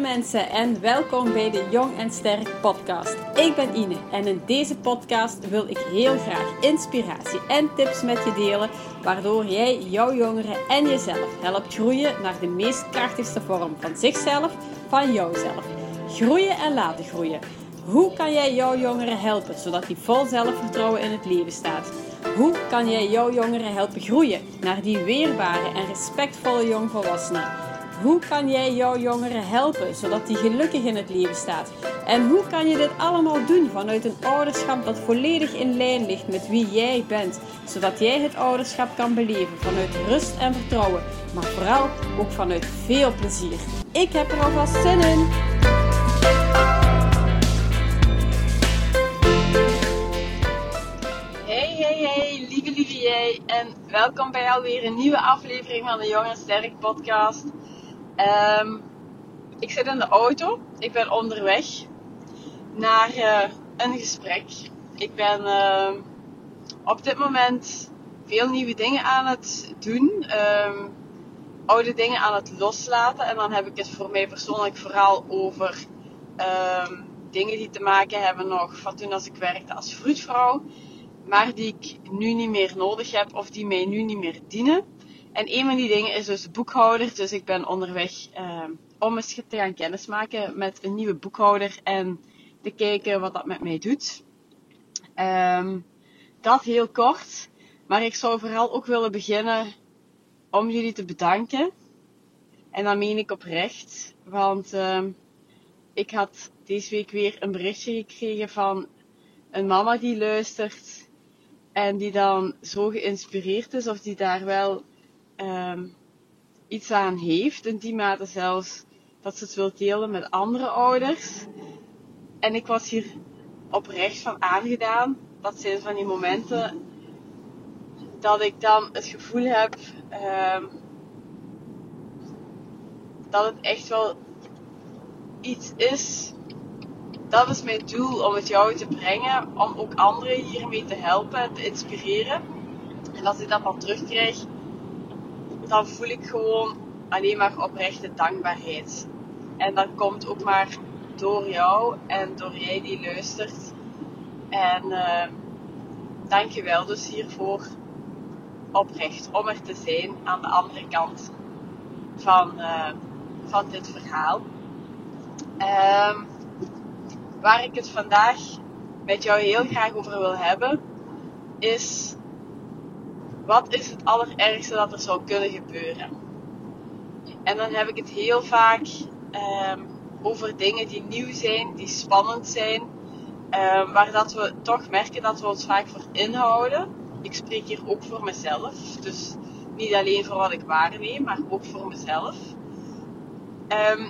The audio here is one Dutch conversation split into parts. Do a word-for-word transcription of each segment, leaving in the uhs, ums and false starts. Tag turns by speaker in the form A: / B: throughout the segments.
A: mensen en welkom bij de Jong en Sterk podcast. Ik ben Ine en in deze podcast wil ik heel graag inspiratie en tips met je delen, waardoor jij jouw jongeren en jezelf helpt groeien naar de meest krachtigste vorm van zichzelf, van jouzelf. Groeien en laten groeien. Hoe kan jij jouw jongeren helpen zodat die vol zelfvertrouwen in het leven staat? Hoe kan jij jouw jongeren helpen groeien naar die weerbare en respectvolle jongvolwassenen? Hoe kan jij jouw jongeren helpen zodat die gelukkig in het leven staat? En hoe kan je dit allemaal doen vanuit een ouderschap dat volledig in lijn ligt met wie jij bent, zodat jij het ouderschap kan beleven vanuit rust en vertrouwen, maar vooral ook vanuit veel plezier. Ik heb er alvast zin in! Hey, hey, hey, lieve, lieve jij en welkom bij alweer een nieuwe aflevering van de Jong en Sterk podcast. Um, ik zit in de auto, ik ben onderweg naar uh, een gesprek. Ik ben uh, op dit moment veel nieuwe dingen aan het doen, um, oude dingen aan het loslaten. En dan heb ik het voor mij persoonlijk vooral over um, dingen die te maken hebben nog van toen als ik werkte als vroedvrouw. Maar die ik nu niet meer nodig heb of die mij nu niet meer dienen. En een van die dingen is dus boekhouder. Dus ik ben onderweg uh, om eens te gaan kennismaken met een nieuwe boekhouder. En te kijken wat dat met mij doet. Um, dat heel kort. Maar ik zou vooral ook willen beginnen om jullie te bedanken. En dat meen ik oprecht. Want uh, ik had deze week weer een berichtje gekregen van een mama die luistert. En die dan zo geïnspireerd is of die daar wel um, iets aan heeft. In die mate zelfs dat ze het wil delen met andere ouders. En ik was hier oprecht van aangedaan. Dat zijn van die momenten dat ik dan het gevoel heb um, dat het echt wel iets is. Dat is mijn doel, om het jou te brengen, om ook anderen hiermee te helpen en te inspireren. En als ik dat dan terugkrijg, dan voel ik gewoon alleen maar oprechte dankbaarheid. En dat komt ook maar door jou en door jij die luistert. En uh, dank je wel dus hiervoor, oprecht, om er te zijn aan de andere kant van, uh, van dit verhaal. Um, Waar ik het vandaag met jou heel graag over wil hebben, is wat is het allerergste dat er zou kunnen gebeuren? En dan heb ik het heel vaak um, over dingen die nieuw zijn, die spannend zijn, um, waar dat we toch merken dat we ons vaak voor inhouden. Ik spreek hier ook voor mezelf, dus niet alleen voor wat ik waarneem, maar ook voor mezelf. Um,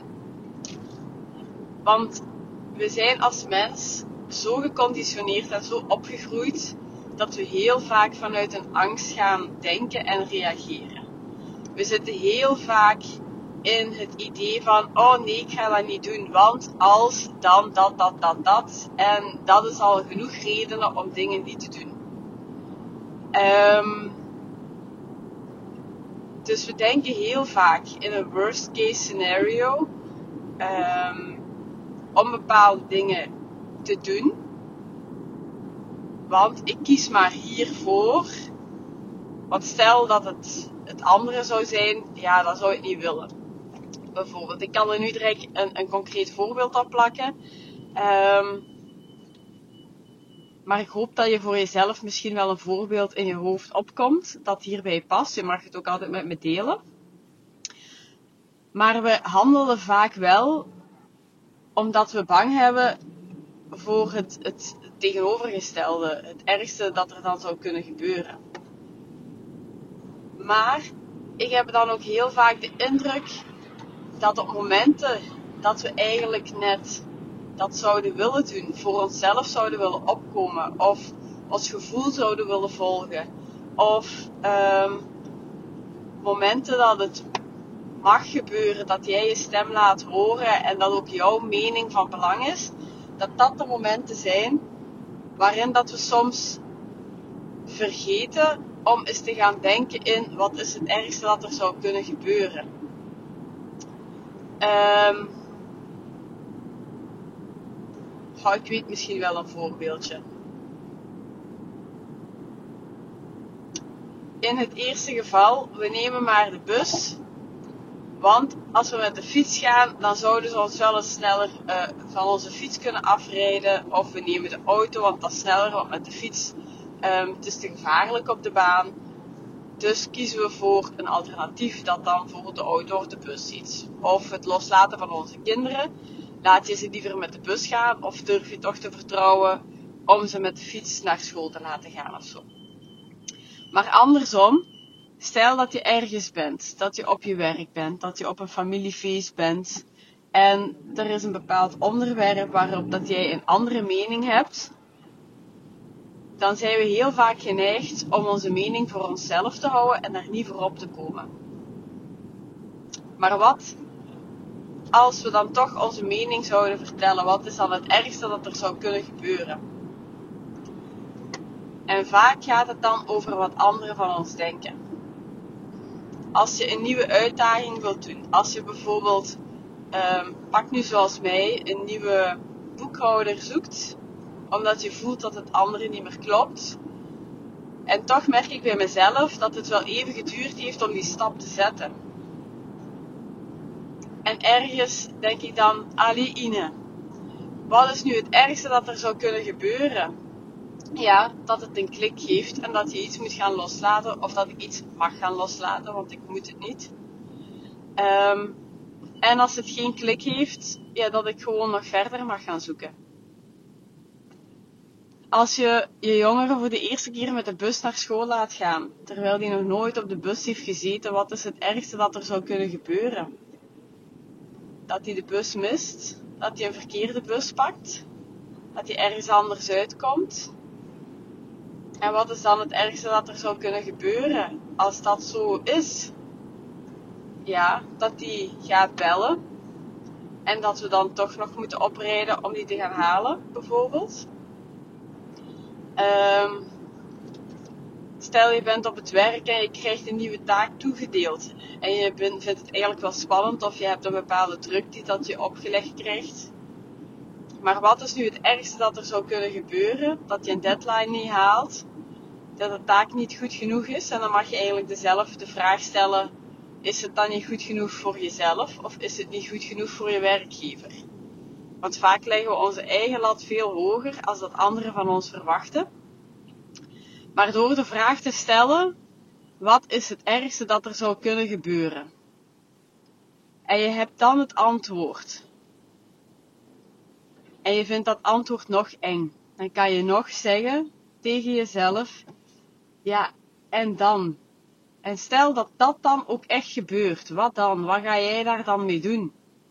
A: want we zijn als mens zo geconditioneerd en zo opgegroeid dat we heel vaak vanuit een angst gaan denken en reageren. We zitten heel vaak in het idee van, oh nee, ik ga dat niet doen, want als, dan, dat, dat, dat, dat. En dat is al genoeg redenen om dingen niet te doen. Um, dus we denken heel vaak in een worst case scenario um, om bepaalde dingen te doen. Want ik kies maar hiervoor. Want stel dat het het andere zou zijn, ja, dan zou ik het niet willen. Bijvoorbeeld, ik kan er nu direct een, een concreet voorbeeld op plakken. Um, maar ik hoop dat je voor jezelf misschien wel een voorbeeld in je hoofd opkomt dat hierbij past. Je mag het ook altijd met me delen. Maar we handelen vaak wel omdat we bang hebben voor het, het tegenovergestelde, het ergste dat er dan zou kunnen gebeuren. Maar ik heb dan ook heel vaak de indruk dat op momenten dat we eigenlijk net dat zouden willen doen, voor onszelf zouden willen opkomen, of ons gevoel zouden willen volgen, of um, momenten dat het mag gebeuren, dat jij je stem laat horen en dat ook jouw mening van belang is, dat dat de momenten zijn waarin dat we soms vergeten om eens te gaan denken in wat is het ergste dat er zou kunnen gebeuren. Um, Oh, ik weet misschien wel een voorbeeldje. In het eerste geval, we nemen maar de bus. Want als we met de fiets gaan, dan zouden ze ons wel eens sneller uh, van onze fiets kunnen afrijden. Of we nemen de auto, want dat is sneller. Want met de fiets, um, het is te gevaarlijk op de baan. Dus kiezen we voor een alternatief dat dan bijvoorbeeld de auto of de bus is. Of het loslaten van onze kinderen. Laat je ze liever met de bus gaan of durf je toch te vertrouwen om ze met de fiets naar school te laten gaan of zo. Maar andersom, stel dat je ergens bent, dat je op je werk bent, dat je op een familiefeest bent en er is een bepaald onderwerp waarop dat jij een andere mening hebt, dan zijn we heel vaak geneigd om onze mening voor onszelf te houden en daar niet voor op te komen. Maar wat als we dan toch onze mening zouden vertellen? Wat is dan het ergste dat er zou kunnen gebeuren? En vaak gaat het dan over wat anderen van ons denken. Als je een nieuwe uitdaging wilt doen, als je bijvoorbeeld, um, pak nu zoals mij, een nieuwe boekhouder zoekt, omdat je voelt dat het andere niet meer klopt. En toch merk ik bij mezelf dat het wel even geduurd heeft om die stap te zetten. En ergens denk ik dan, allee Ine, wat is nu het ergste dat er zou kunnen gebeuren? Ja, dat het een klik geeft en dat je iets moet gaan loslaten of dat ik iets mag gaan loslaten, want ik moet het niet. Um, en als het geen klik heeft, ja, dat ik gewoon nog verder mag gaan zoeken. Als je je jongere voor de eerste keer met de bus naar school laat gaan, terwijl die nog nooit op de bus heeft gezeten, wat is het ergste dat er zou kunnen gebeuren? Dat hij de bus mist, dat hij een verkeerde bus pakt, dat hij ergens anders uitkomt. En wat is dan het ergste dat er zou kunnen gebeuren als dat zo is? Ja, dat hij gaat bellen en dat we dan toch nog moeten oprijden om die te gaan halen, bijvoorbeeld. Um, stel je bent op het werk en je krijgt een nieuwe taak toegedeeld en je vindt het eigenlijk wel spannend of je hebt een bepaalde druk die dat je opgelegd krijgt. Maar wat is nu het ergste dat er zou kunnen gebeuren? Dat je een deadline niet haalt, dat de taak niet goed genoeg is en dan mag je eigenlijk dezelfde vraag stellen: is het dan niet goed genoeg voor jezelf of is het niet goed genoeg voor je werkgever? Want vaak leggen we onze eigen lat veel hoger als dat anderen van ons verwachten. Maar door de vraag te stellen, wat is het ergste dat er zou kunnen gebeuren? En je hebt dan het antwoord. En je vindt dat antwoord nog eng. Dan kan je nog zeggen tegen jezelf, ja, en dan? En stel dat dat dan ook echt gebeurt, wat dan? Wat ga jij daar dan mee doen?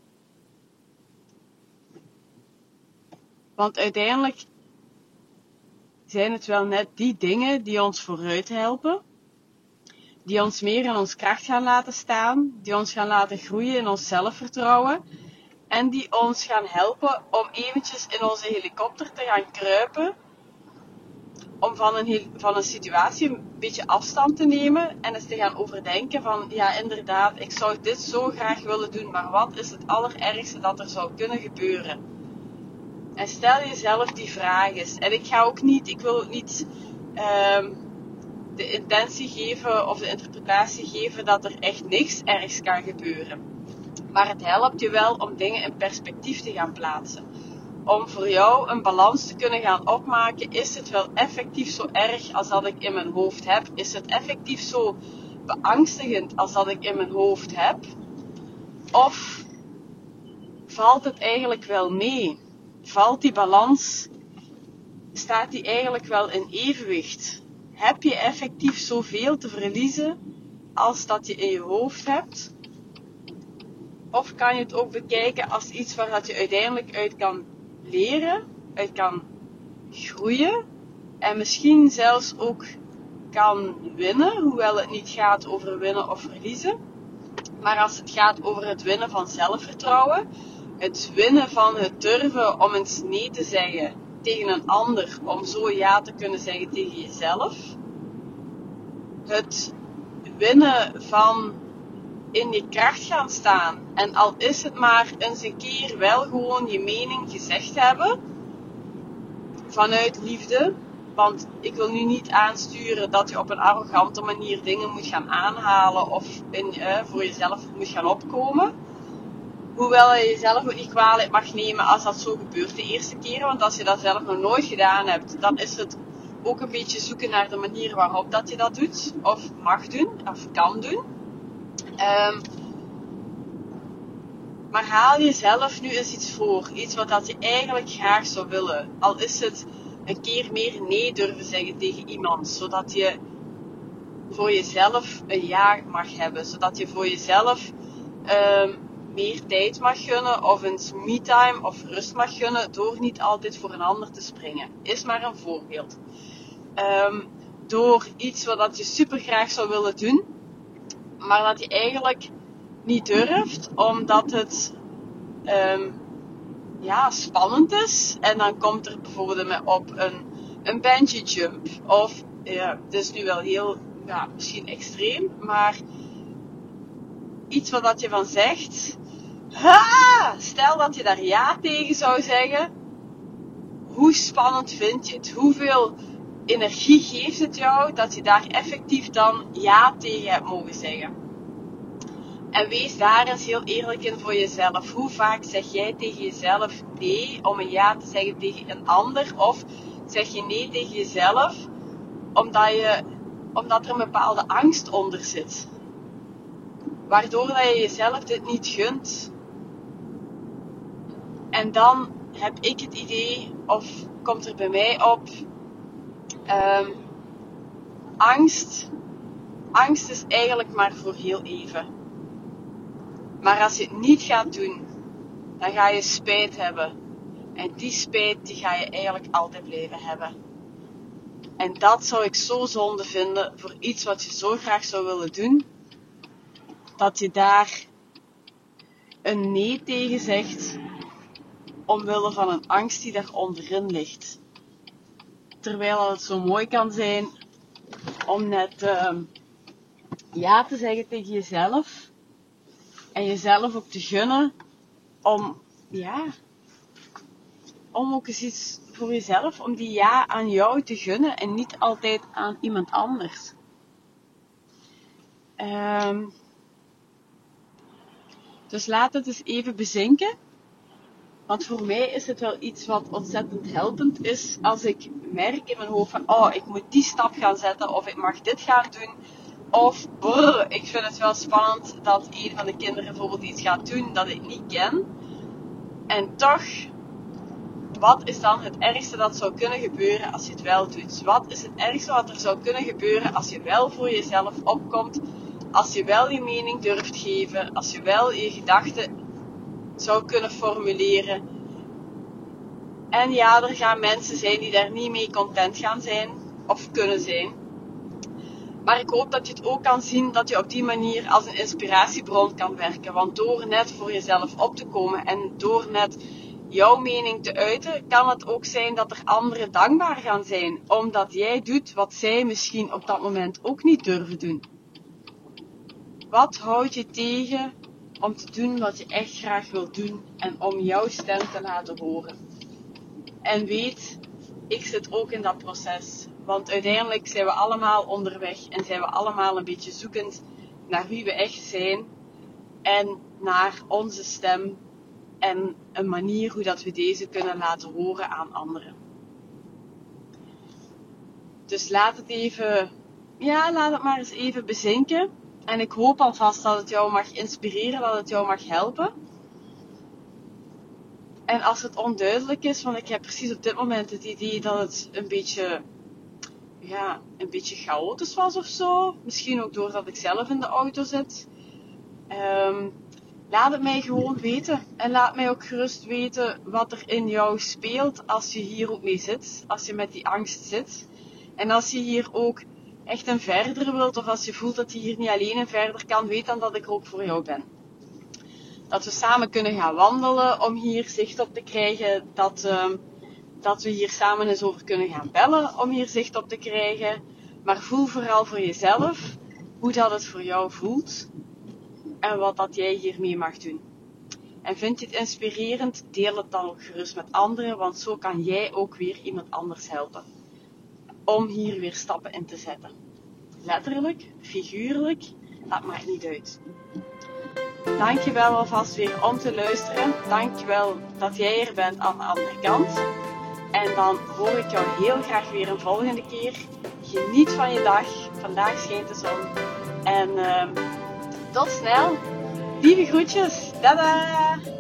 A: Want uiteindelijk zijn het wel net die dingen die ons vooruit helpen, die ons meer in ons kracht gaan laten staan, die ons gaan laten groeien in ons zelfvertrouwen en die ons gaan helpen om eventjes in onze helikopter te gaan kruipen, om van een, van een situatie een beetje afstand te nemen en eens te gaan overdenken van, ja inderdaad, ik zou dit zo graag willen doen, maar wat is het allerergste dat er zou kunnen gebeuren? En stel jezelf die vraag eens. En ik ga ook niet, ik wil niet um, de intentie geven of de interpretatie geven dat er echt niks ergs kan gebeuren. Maar het helpt je wel om dingen in perspectief te gaan plaatsen. Om voor jou een balans te kunnen gaan opmaken. Is het wel effectief zo erg als dat ik in mijn hoofd heb? Is het effectief zo beangstigend als dat ik in mijn hoofd heb? Of valt het eigenlijk wel mee? Valt die balans, staat die eigenlijk wel in evenwicht? Heb je effectief zoveel te verliezen als dat je in je hoofd hebt? Of kan je het ook bekijken als iets waar dat je uiteindelijk uit kan leren, uit kan groeien en misschien zelfs ook kan winnen, hoewel het niet gaat over winnen of verliezen. Maar als het gaat over het winnen van zelfvertrouwen, het winnen van het durven om eens nee te zeggen tegen een ander, om zo ja te kunnen zeggen tegen jezelf. Het winnen van in je kracht gaan staan. En al is het maar eens een keer wel gewoon je mening gezegd hebben, vanuit liefde. Want ik wil nu niet aansturen dat je op een arrogante manier dingen moet gaan aanhalen of in, uh, voor jezelf moet gaan opkomen. Hoewel je jezelf ook niet kwalijk mag nemen als dat zo gebeurt de eerste keer. Want als je dat zelf nog nooit gedaan hebt, dan is het ook een beetje zoeken naar de manier waarop dat je dat doet. Of mag doen, of kan doen. Um, maar haal jezelf nu eens iets voor. Iets wat dat je eigenlijk graag zou willen. Al is het een keer meer nee durven zeggen tegen iemand. Zodat je voor jezelf een ja mag hebben. Zodat je voor jezelf um, meer tijd mag gunnen. Of een me-time of rust mag gunnen. Door niet altijd voor een ander te springen. Is maar een voorbeeld. Um, door iets wat dat je super graag zou willen doen. Maar dat je eigenlijk niet durft. Omdat het um, ja, spannend is. En dan komt er bijvoorbeeld op een, een bungee jump. Of, ja, het is nu wel heel, ja, misschien extreem. Maar iets wat dat je van zegt. Ha! Stel dat je daar ja tegen zou zeggen. Hoe spannend vind je het? Hoeveel energie geeft het jou dat je daar effectief dan ja tegen hebt mogen zeggen? En wees daar eens heel eerlijk in voor jezelf. Hoe vaak zeg jij tegen jezelf nee om een ja te zeggen tegen een ander? Of zeg je nee tegen jezelf omdat, je, omdat er een bepaalde angst onder zit? Waardoor dat je jezelf dit niet gunt. En dan heb ik het idee, of komt er bij mij op, um, angst. Angst is eigenlijk maar voor heel even. Maar als je het niet gaat doen, dan ga je spijt hebben. En die spijt, die ga je eigenlijk altijd blijven hebben. En dat zou ik zo zonde vinden voor iets wat je zo graag zou willen doen. Dat je daar een nee tegen zegt, omwille van een angst die daar onderin ligt. Terwijl het zo mooi kan zijn om net uh, ja te zeggen tegen jezelf. En jezelf ook te gunnen om, ja, om ook eens iets voor jezelf, om die ja aan jou te gunnen en niet altijd aan iemand anders. Um, dus laat het eens even bezinken. Want voor mij is het wel iets wat ontzettend helpend is als ik merk in mijn hoofd van, oh, ik moet die stap gaan zetten of ik mag dit gaan doen. Of, brrr, ik vind het wel spannend dat een van de kinderen bijvoorbeeld iets gaat doen dat ik niet ken. En toch, wat is dan het ergste dat zou kunnen gebeuren als je het wel doet? Wat is het ergste wat er zou kunnen gebeuren als je wel voor jezelf opkomt? Als je wel je mening durft geven? Als je wel je gedachten zou kunnen formuleren? En ja, er gaan mensen zijn die daar niet mee content gaan zijn of kunnen zijn. Maar ik hoop dat je het ook kan zien dat je op die manier als een inspiratiebron kan werken. Want door net voor jezelf op te komen en door net jouw mening te uiten, kan het ook zijn dat er anderen dankbaar gaan zijn. Omdat jij doet wat zij misschien op dat moment ook niet durven doen. Wat houdt je tegen om te doen wat je echt graag wilt doen en om jouw stem te laten horen? En weet, ik zit ook in dat proces. Want uiteindelijk zijn we allemaal onderweg en zijn we allemaal een beetje zoekend naar wie we echt zijn. En naar onze stem en een manier hoe dat we deze kunnen laten horen aan anderen. Dus laat het even, ja, laat het maar eens even bezinken. En ik hoop alvast dat het jou mag inspireren, dat het jou mag helpen. En als het onduidelijk is, want ik heb precies op dit moment het idee dat het een beetje, ja, een beetje chaotisch was of zo. Misschien ook doordat ik zelf in de auto zit. Um, laat het mij gewoon weten. En laat mij ook gerust weten wat er in jou speelt als je hier ook mee zit. Als je met die angst zit. En als je hier ook echt een verder wilt. Of als je voelt dat je hier niet alleen een verder kan. Weet dan dat ik er ook voor jou ben. Dat we samen kunnen gaan wandelen om hier zicht op te krijgen. Dat, uh, dat we hier samen eens over kunnen gaan bellen om hier zicht op te krijgen. Maar voel vooral voor jezelf hoe dat het voor jou voelt. En wat dat jij hiermee mag doen. En vind je het inspirerend, deel het dan ook gerust met anderen, want zo kan jij ook weer iemand anders helpen om hier weer stappen in te zetten. Letterlijk, figuurlijk, dat maakt niet uit. Dankjewel alvast weer om te luisteren. Dankjewel dat jij er bent aan de andere kant. En dan hoor ik jou heel graag weer een volgende keer. Geniet van je dag. Vandaag schijnt de zon. En uh, tot snel. Lieve groetjes. Tada!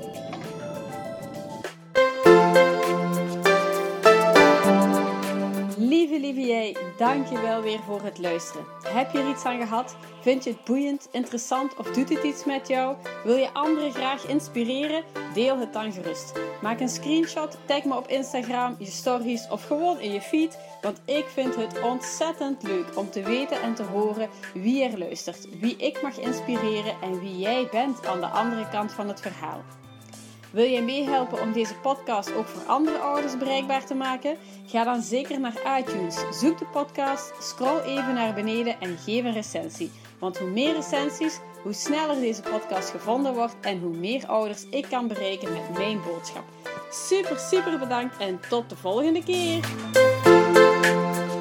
A: Lieve, lieve jij, dankjewel weer voor het luisteren. Heb je er iets aan gehad? Vind je het boeiend, interessant of doet het iets met jou? Wil je anderen graag inspireren? Deel het dan gerust. Maak een screenshot, tag me op Instagram, je stories of gewoon in je feed. Want ik vind het ontzettend leuk om te weten en te horen wie er luistert. Wie ik mag inspireren en wie jij bent aan de andere kant van het verhaal. Wil jij meehelpen om deze podcast ook voor andere ouders bereikbaar te maken? Ga dan zeker naar iTunes. Zoek de podcast, scroll even naar beneden en geef een recensie. Want hoe meer recensies, hoe sneller deze podcast gevonden wordt en hoe meer ouders ik kan bereiken met mijn boodschap. Super, super bedankt en tot de volgende keer!